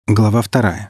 Глава 2.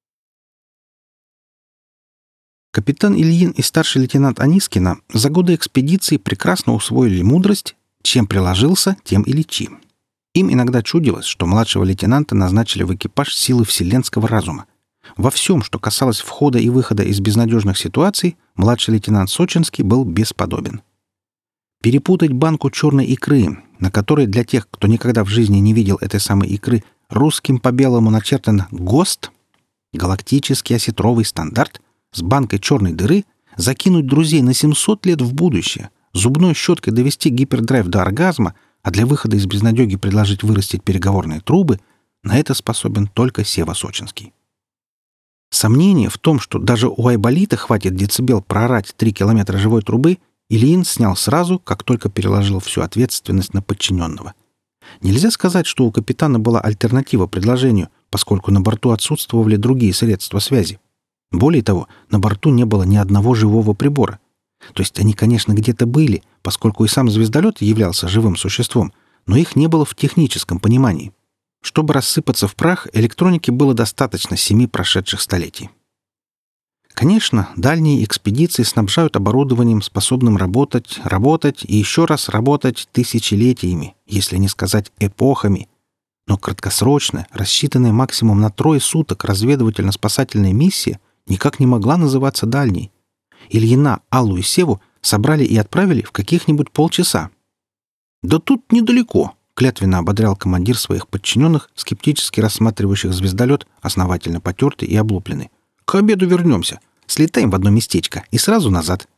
Капитан Ильин и старший лейтенант Анискина за годы экспедиции прекрасно усвоили мудрость «чем приложился, тем и лечи». Им иногда чудилось, что младшего лейтенанта назначили в экипаж силы вселенского разума. Во всем, что касалось входа и выхода из безнадежных ситуаций, младший лейтенант Сочинский был бесподобен. Перепутать банку черной икры, на которой для тех, кто никогда в жизни не видел этой самой икры, русским по белому начертано «ГОСТ», галактический осетровый стандарт, с банкой черной дыры, закинуть друзей на 700 лет в будущее, зубной щеткой довести гипердрайв до оргазма, а для выхода из безнадеги предложить вырастить переговорные трубы, на это способен только Сева Сочинский. Сомнение в том, что даже у Айболита хватит децибел проорать 3 километра живой трубы, Ильин снял сразу, как только переложил всю ответственность на подчиненного. Нельзя сказать, что у капитана была альтернатива предложению, поскольку на борту отсутствовали другие средства связи. Более того, на борту не было ни одного живого прибора. То есть они, конечно, где-то были, поскольку и сам звездолет являлся живым существом, но их не было в техническом понимании. Чтобы рассыпаться в прах, электроники было достаточно 7 прошедших столетий. Конечно, дальние экспедиции снабжают оборудованием, способным работать и еще раз работать тысячелетиями, если не сказать эпохами. Но краткосрочная, рассчитанная максимум на 3 суток разведывательно-спасательная миссия никак не могла называться дальней. Ильина, Аллу и Севу собрали и отправили в каких-нибудь полчаса. «Да тут недалеко», — клятвенно ободрял командир своих подчиненных, скептически рассматривающих звездолет, основательно потертый и облупленный. «К обеду вернемся. Слетаем в одно местечко и сразу назад».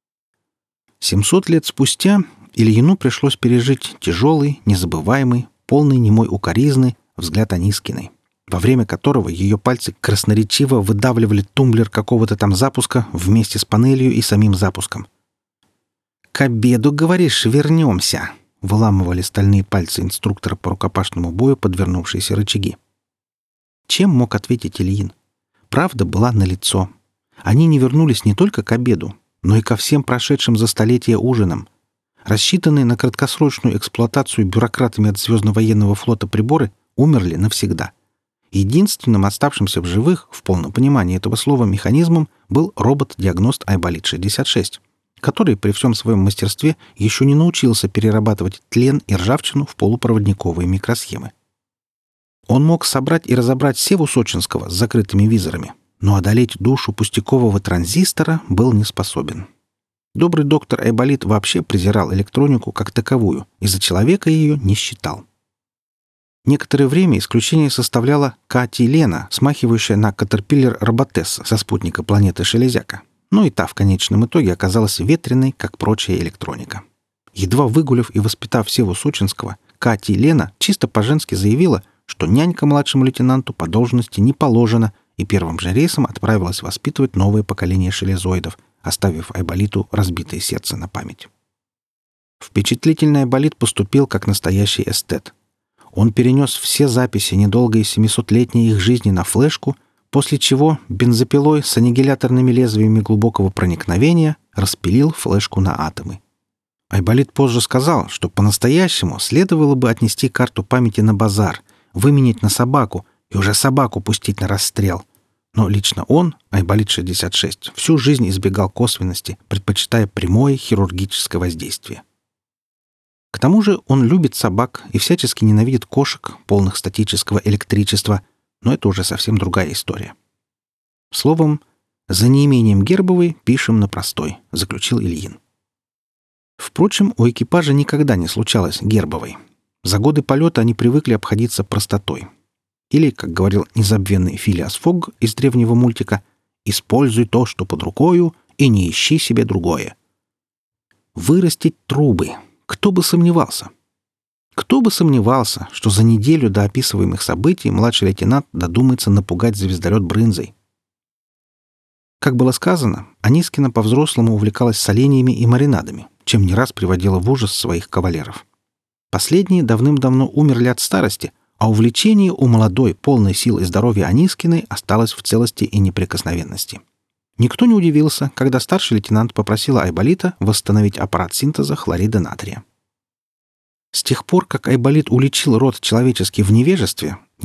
700 лет спустя Ильину пришлось пережить тяжелый, незабываемый, полный немой укоризны взгляд Анискиной, во время которого ее пальцы красноречиво выдавливали тумблер какого-то там запуска вместе с панелью и самим запуском. «К обеду, говоришь, вернемся», — выламывали стальные пальцы инструктора по рукопашному бою подвернувшиеся рычаги. Чем мог ответить Ильин? Правда была налицо. Они не вернулись не только к обеду, но и ко всем прошедшим за столетия ужинам. Рассчитанные на краткосрочную эксплуатацию бюрократами от Звездно-военного флота приборы умерли навсегда. Единственным оставшимся в живых, в полном понимании этого слова, механизмом был робот-диагност Айболит-66, который при всем своем мастерстве еще не научился перерабатывать тлен и ржавчину в полупроводниковые микросхемы. Он мог собрать и разобрать Севу Сочинского с закрытыми визорами, но одолеть душу пустякового транзистора был не способен. Добрый доктор Айболит вообще презирал электронику как таковую и за человека ее не считал. Некоторое время исключение составляла Кати-Лена, смахивающая на Caterpillar Роботесса со спутника планеты Шелезяка. Но и та в конечном итоге оказалась ветреной, как прочая электроника. Едва выгулив и воспитав Севу Сочинского, Кати-Лена чисто по-женски заявила, что нянька младшему лейтенанту по должности не положена, и первым же рейсом отправилась воспитывать новое поколение шелезоидов, оставив Айболиту разбитое сердце на память. Впечатлительный Айболит поступил как настоящий эстет. Он перенес все записи недолгой 700-летней их жизни на флешку, после чего бензопилой с аннигиляторными лезвиями глубокого проникновения распилил флешку на атомы. Айболит позже сказал, что по-настоящему следовало бы отнести карту памяти на базар, выменять на собаку и уже собаку пустить на расстрел. Но лично он, Айболит-66, всю жизнь избегал косвенности, предпочитая прямое хирургическое воздействие. К тому же он любит собак и всячески ненавидит кошек, полных статического электричества, но это уже совсем другая история. Словом, за неимением Гербовой пишем на простой, заключил Ильин. Впрочем, у экипажа никогда не случалось Гербовой. За годы полета они привыкли обходиться простотой. Или, как говорил незабвенный Филиас Фогг из древнего мультика, «Используй то, что под рукою, и не ищи себе другое». Вырастить трубы. Кто бы сомневался? Кто бы сомневался, что за неделю до описываемых событий младший лейтенант додумается напугать звездолет брынзой? Как было сказано, Анискина по-взрослому увлекалась соленьями и маринадами, чем не раз приводила в ужас своих кавалеров. Последние давным-давно умерли от старости, а увлечение у молодой, полной сил и здоровья Анискиной осталось в целости и неприкосновенности. Никто не удивился, когда старший лейтенант попросила Айболита восстановить аппарат синтеза хлорида натрия. С тех пор, как Айболит уличил род человеческий в невежестве,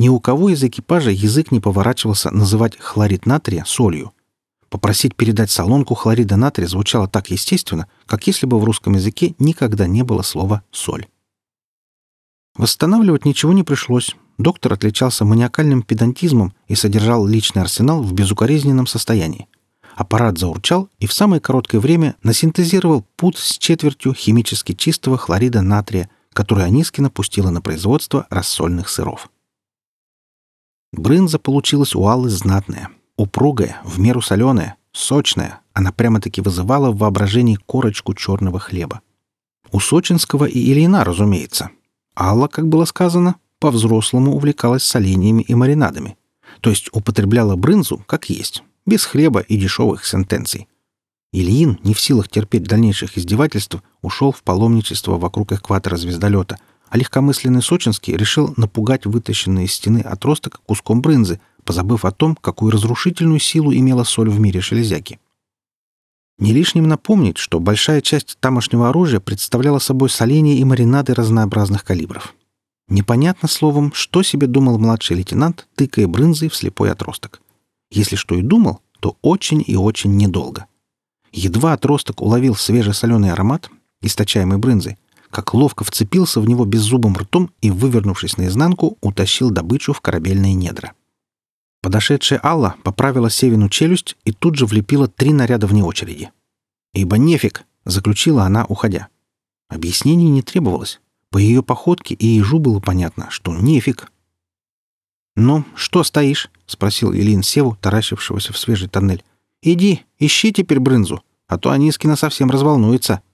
Ни у кого из экипажа язык не поворачивался называть хлорид натрия солью. Попросить передать солонку хлорида натрия звучало так естественно, как если бы в русском языке никогда не было слова «соль». Восстанавливать ничего не пришлось. Доктор отличался маниакальным педантизмом и содержал личный арсенал в безукоризненном состоянии. Аппарат заурчал и в самое короткое время насинтезировал пуд с четвертью химически чистого хлорида натрия, который Анискина пустила на производство рассольных сыров. Брынза получилась у Аллы знатная, упругая, в меру соленая, сочная. Она прямо-таки вызывала в воображении корочку черного хлеба. У Сочинского и Ильина, разумеется. Алла, как было сказано, по-взрослому увлекалась соленьями и маринадами, то есть употребляла брынзу как есть, без хлеба и дешевых сентенций. Ильин, не в силах терпеть дальнейших издевательств, ушел в паломничество вокруг экватора звездолета, а легкомысленный Сочинский решил напугать вытащенный из стены отросток куском брынзы, позабыв о том, какую разрушительную силу имела соль в мире железяки. Не лишним напомнить, что большая часть тамошнего оружия представляла собой соленья и маринады разнообразных калибров. Непонятно словом, что себе думал младший лейтенант, тыкая брынзой в слепой отросток. Если что и думал, то очень и очень недолго. Едва отросток уловил свежесоленый аромат, источаемый брынзой, как ловко вцепился в него беззубым ртом и, вывернувшись наизнанку, утащил добычу в корабельные недра. Подошедшая Алла поправила Севину челюсть и тут же влепила 3 наряда вне очереди. «Ибо нефиг!» — заключила она, уходя. Объяснений не требовалось. По ее походке и ежу было понятно, что нефиг. «Ну, что стоишь?» — спросил Ильин Севу, таращившегося в свежий тоннель. «Иди, ищи теперь брынзу, а то Анискина совсем разволнуется».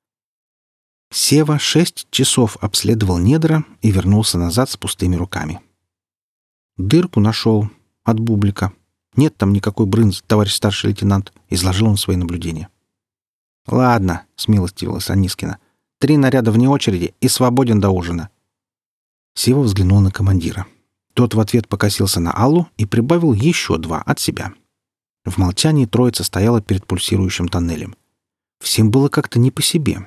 Сева 6 часов обследовал недра и вернулся назад с пустыми руками. «Дырку нашел. От бублика. Нет там никакой брынзы, товарищ старший лейтенант», — изложил он свои наблюдения. «Ладно», — смилостивилась Анискина. 3 наряда вне очереди и свободен до ужина». Сева взглянул на командира. Тот в ответ покосился на Аллу и прибавил еще 2 от себя. В молчании троица стояла перед пульсирующим тоннелем. Всем было как-то не по себе.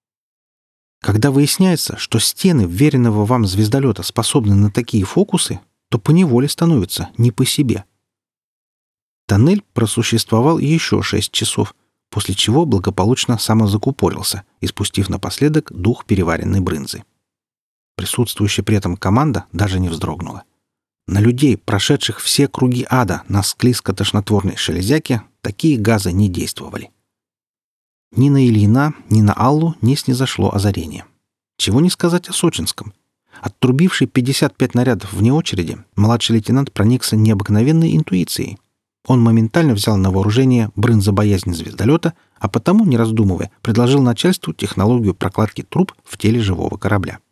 Когда выясняется, что стены вверенного вам звездолета способны на такие фокусы, то поневоле становится не по себе. Тоннель просуществовал еще 6 часов, после чего благополучно самозакупорился, испустив напоследок дух переваренной брынзы. Присутствующая при этом команда даже не вздрогнула. На людей, прошедших все круги ада на склизко-тошнотворной шелезяке, такие газы не действовали. Ни на Ильина, ни на Аллу не снизошло озарение. Чего не сказать о Сочинском. Оттрубивший 55 нарядов вне очереди, младший лейтенант проникся необыкновенной интуицией. Он моментально взял на вооружение брынзобоязнь звездолета, а потому, не раздумывая, предложил начальству технологию прокладки труб в теле живого корабля.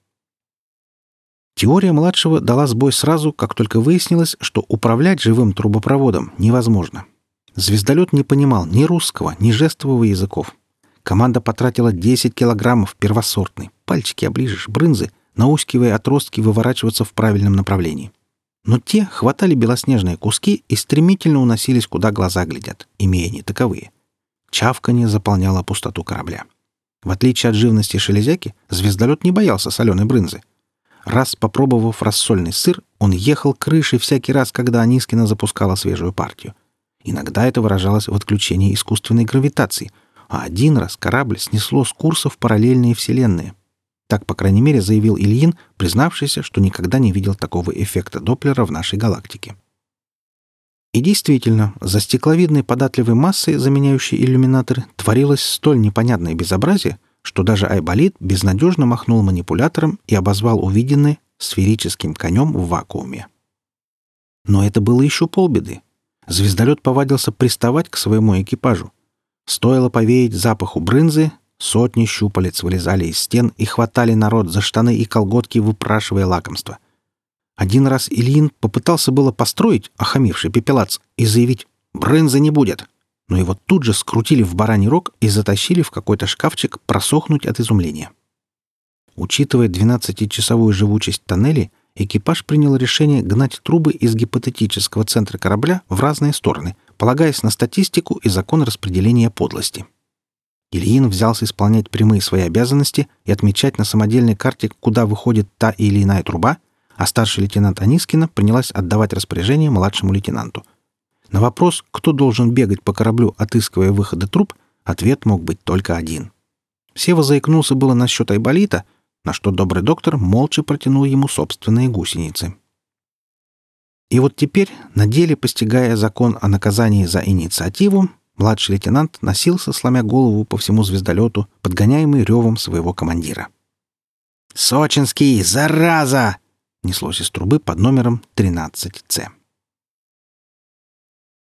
Теория младшего дала сбой сразу, как только выяснилось, что управлять живым трубопроводом невозможно. Звездолет не понимал ни русского, ни жестового языков. Команда потратила 10 килограммов первосортной, пальчики оближешь, брынзы, наускивая отростки выворачиваться в правильном направлении. Но те хватали белоснежные куски и стремительно уносились, куда глаза глядят, имея не таковые. Чавканье заполняло пустоту корабля. В отличие от живности шелезяки, звездолет не боялся соленой брынзы. Раз попробовав рассольный сыр, он ехал крышей всякий раз, когда Анискина запускала свежую партию. Иногда это выражалось в отключении искусственной гравитации, а один раз корабль снесло с курса в параллельные вселенные. Так, по крайней мере, заявил Ильин, признавшийся, что никогда не видел такого эффекта Доплера в нашей галактике. И действительно, за стекловидной податливой массой, заменяющей иллюминаторы, творилось столь непонятное безобразие, что даже Айболит безнадежно махнул манипулятором и обозвал увиденное сферическим конем в вакууме. Но это было еще полбеды. Звездолет повадился приставать к своему экипажу. Стоило повеять запаху брынзы, сотни щупалец вылезали из стен и хватали народ за штаны и колготки, выпрашивая лакомство. Один раз Ильин попытался было построить охамивший пепелац и заявить «брынзы не будет», но его тут же скрутили в бараний рог и затащили в какой-то шкафчик просохнуть от изумления. Учитывая 12-часовую живучесть тоннелей, экипаж принял решение гнать трубы из гипотетического центра корабля в разные стороны, полагаясь на статистику и закон распределения подлости. Ильин взялся исполнять прямые свои обязанности и отмечать на самодельной карте, куда выходит та или иная труба, а старший лейтенант Анискина принялась отдавать распоряжение младшему лейтенанту. На вопрос, кто должен бегать по кораблю, отыскивая выходы труб, ответ мог быть только один. Сева заикнулся было насчет Айболита, на что добрый доктор молча протянул ему собственные гусеницы. И вот теперь, на деле постигая закон о наказании за инициативу, младший лейтенант носился, сломя голову по всему звездолету, подгоняемый ревом своего командира. «Сочинский, зараза!» — неслось из трубы под номером 13С.